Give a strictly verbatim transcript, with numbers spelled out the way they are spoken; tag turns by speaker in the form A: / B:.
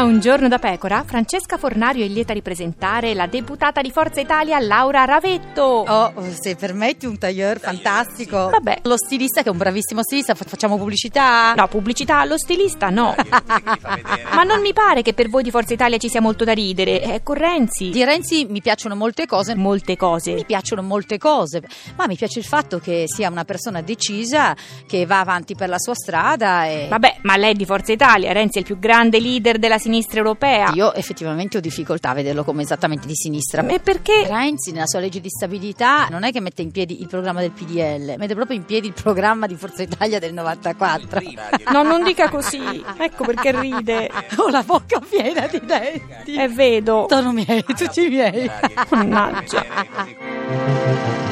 A: A Un giorno da pecora, Francesca Fornario è lieta di presentare la deputata di Forza Italia Laura Ravetto.
B: Oh, se permetti, un tailleur fantastico.
A: Vabbè.
B: Lo stilista che è un bravissimo stilista, fa- facciamo pubblicità?
A: No, pubblicità allo stilista no. Ma non mi pare che per voi di Forza Italia ci sia molto da ridere. È con Renzi.
B: Di Renzi mi piacciono molte cose.
A: Molte cose.
B: Mi piacciono molte cose, ma mi piace il fatto che sia una persona decisa, che va avanti per la sua strada e...
A: Vabbè, ma lei è di Forza Italia, Renzi è il più grande leader della sinistra europea.
B: Io effettivamente ho difficoltà a vederlo come esattamente di sinistra.
A: E perché?
B: Renzi nella sua legge di stabilità non è che mette in piedi il programma del P D L, mette proprio in piedi il programma di Forza Italia del novantaquattro.
A: No, non dica così. Ecco perché ride.
B: Ho la bocca piena di denti.
A: E vedo.
B: Sono miei, tutti miei.
A: Mannaggia.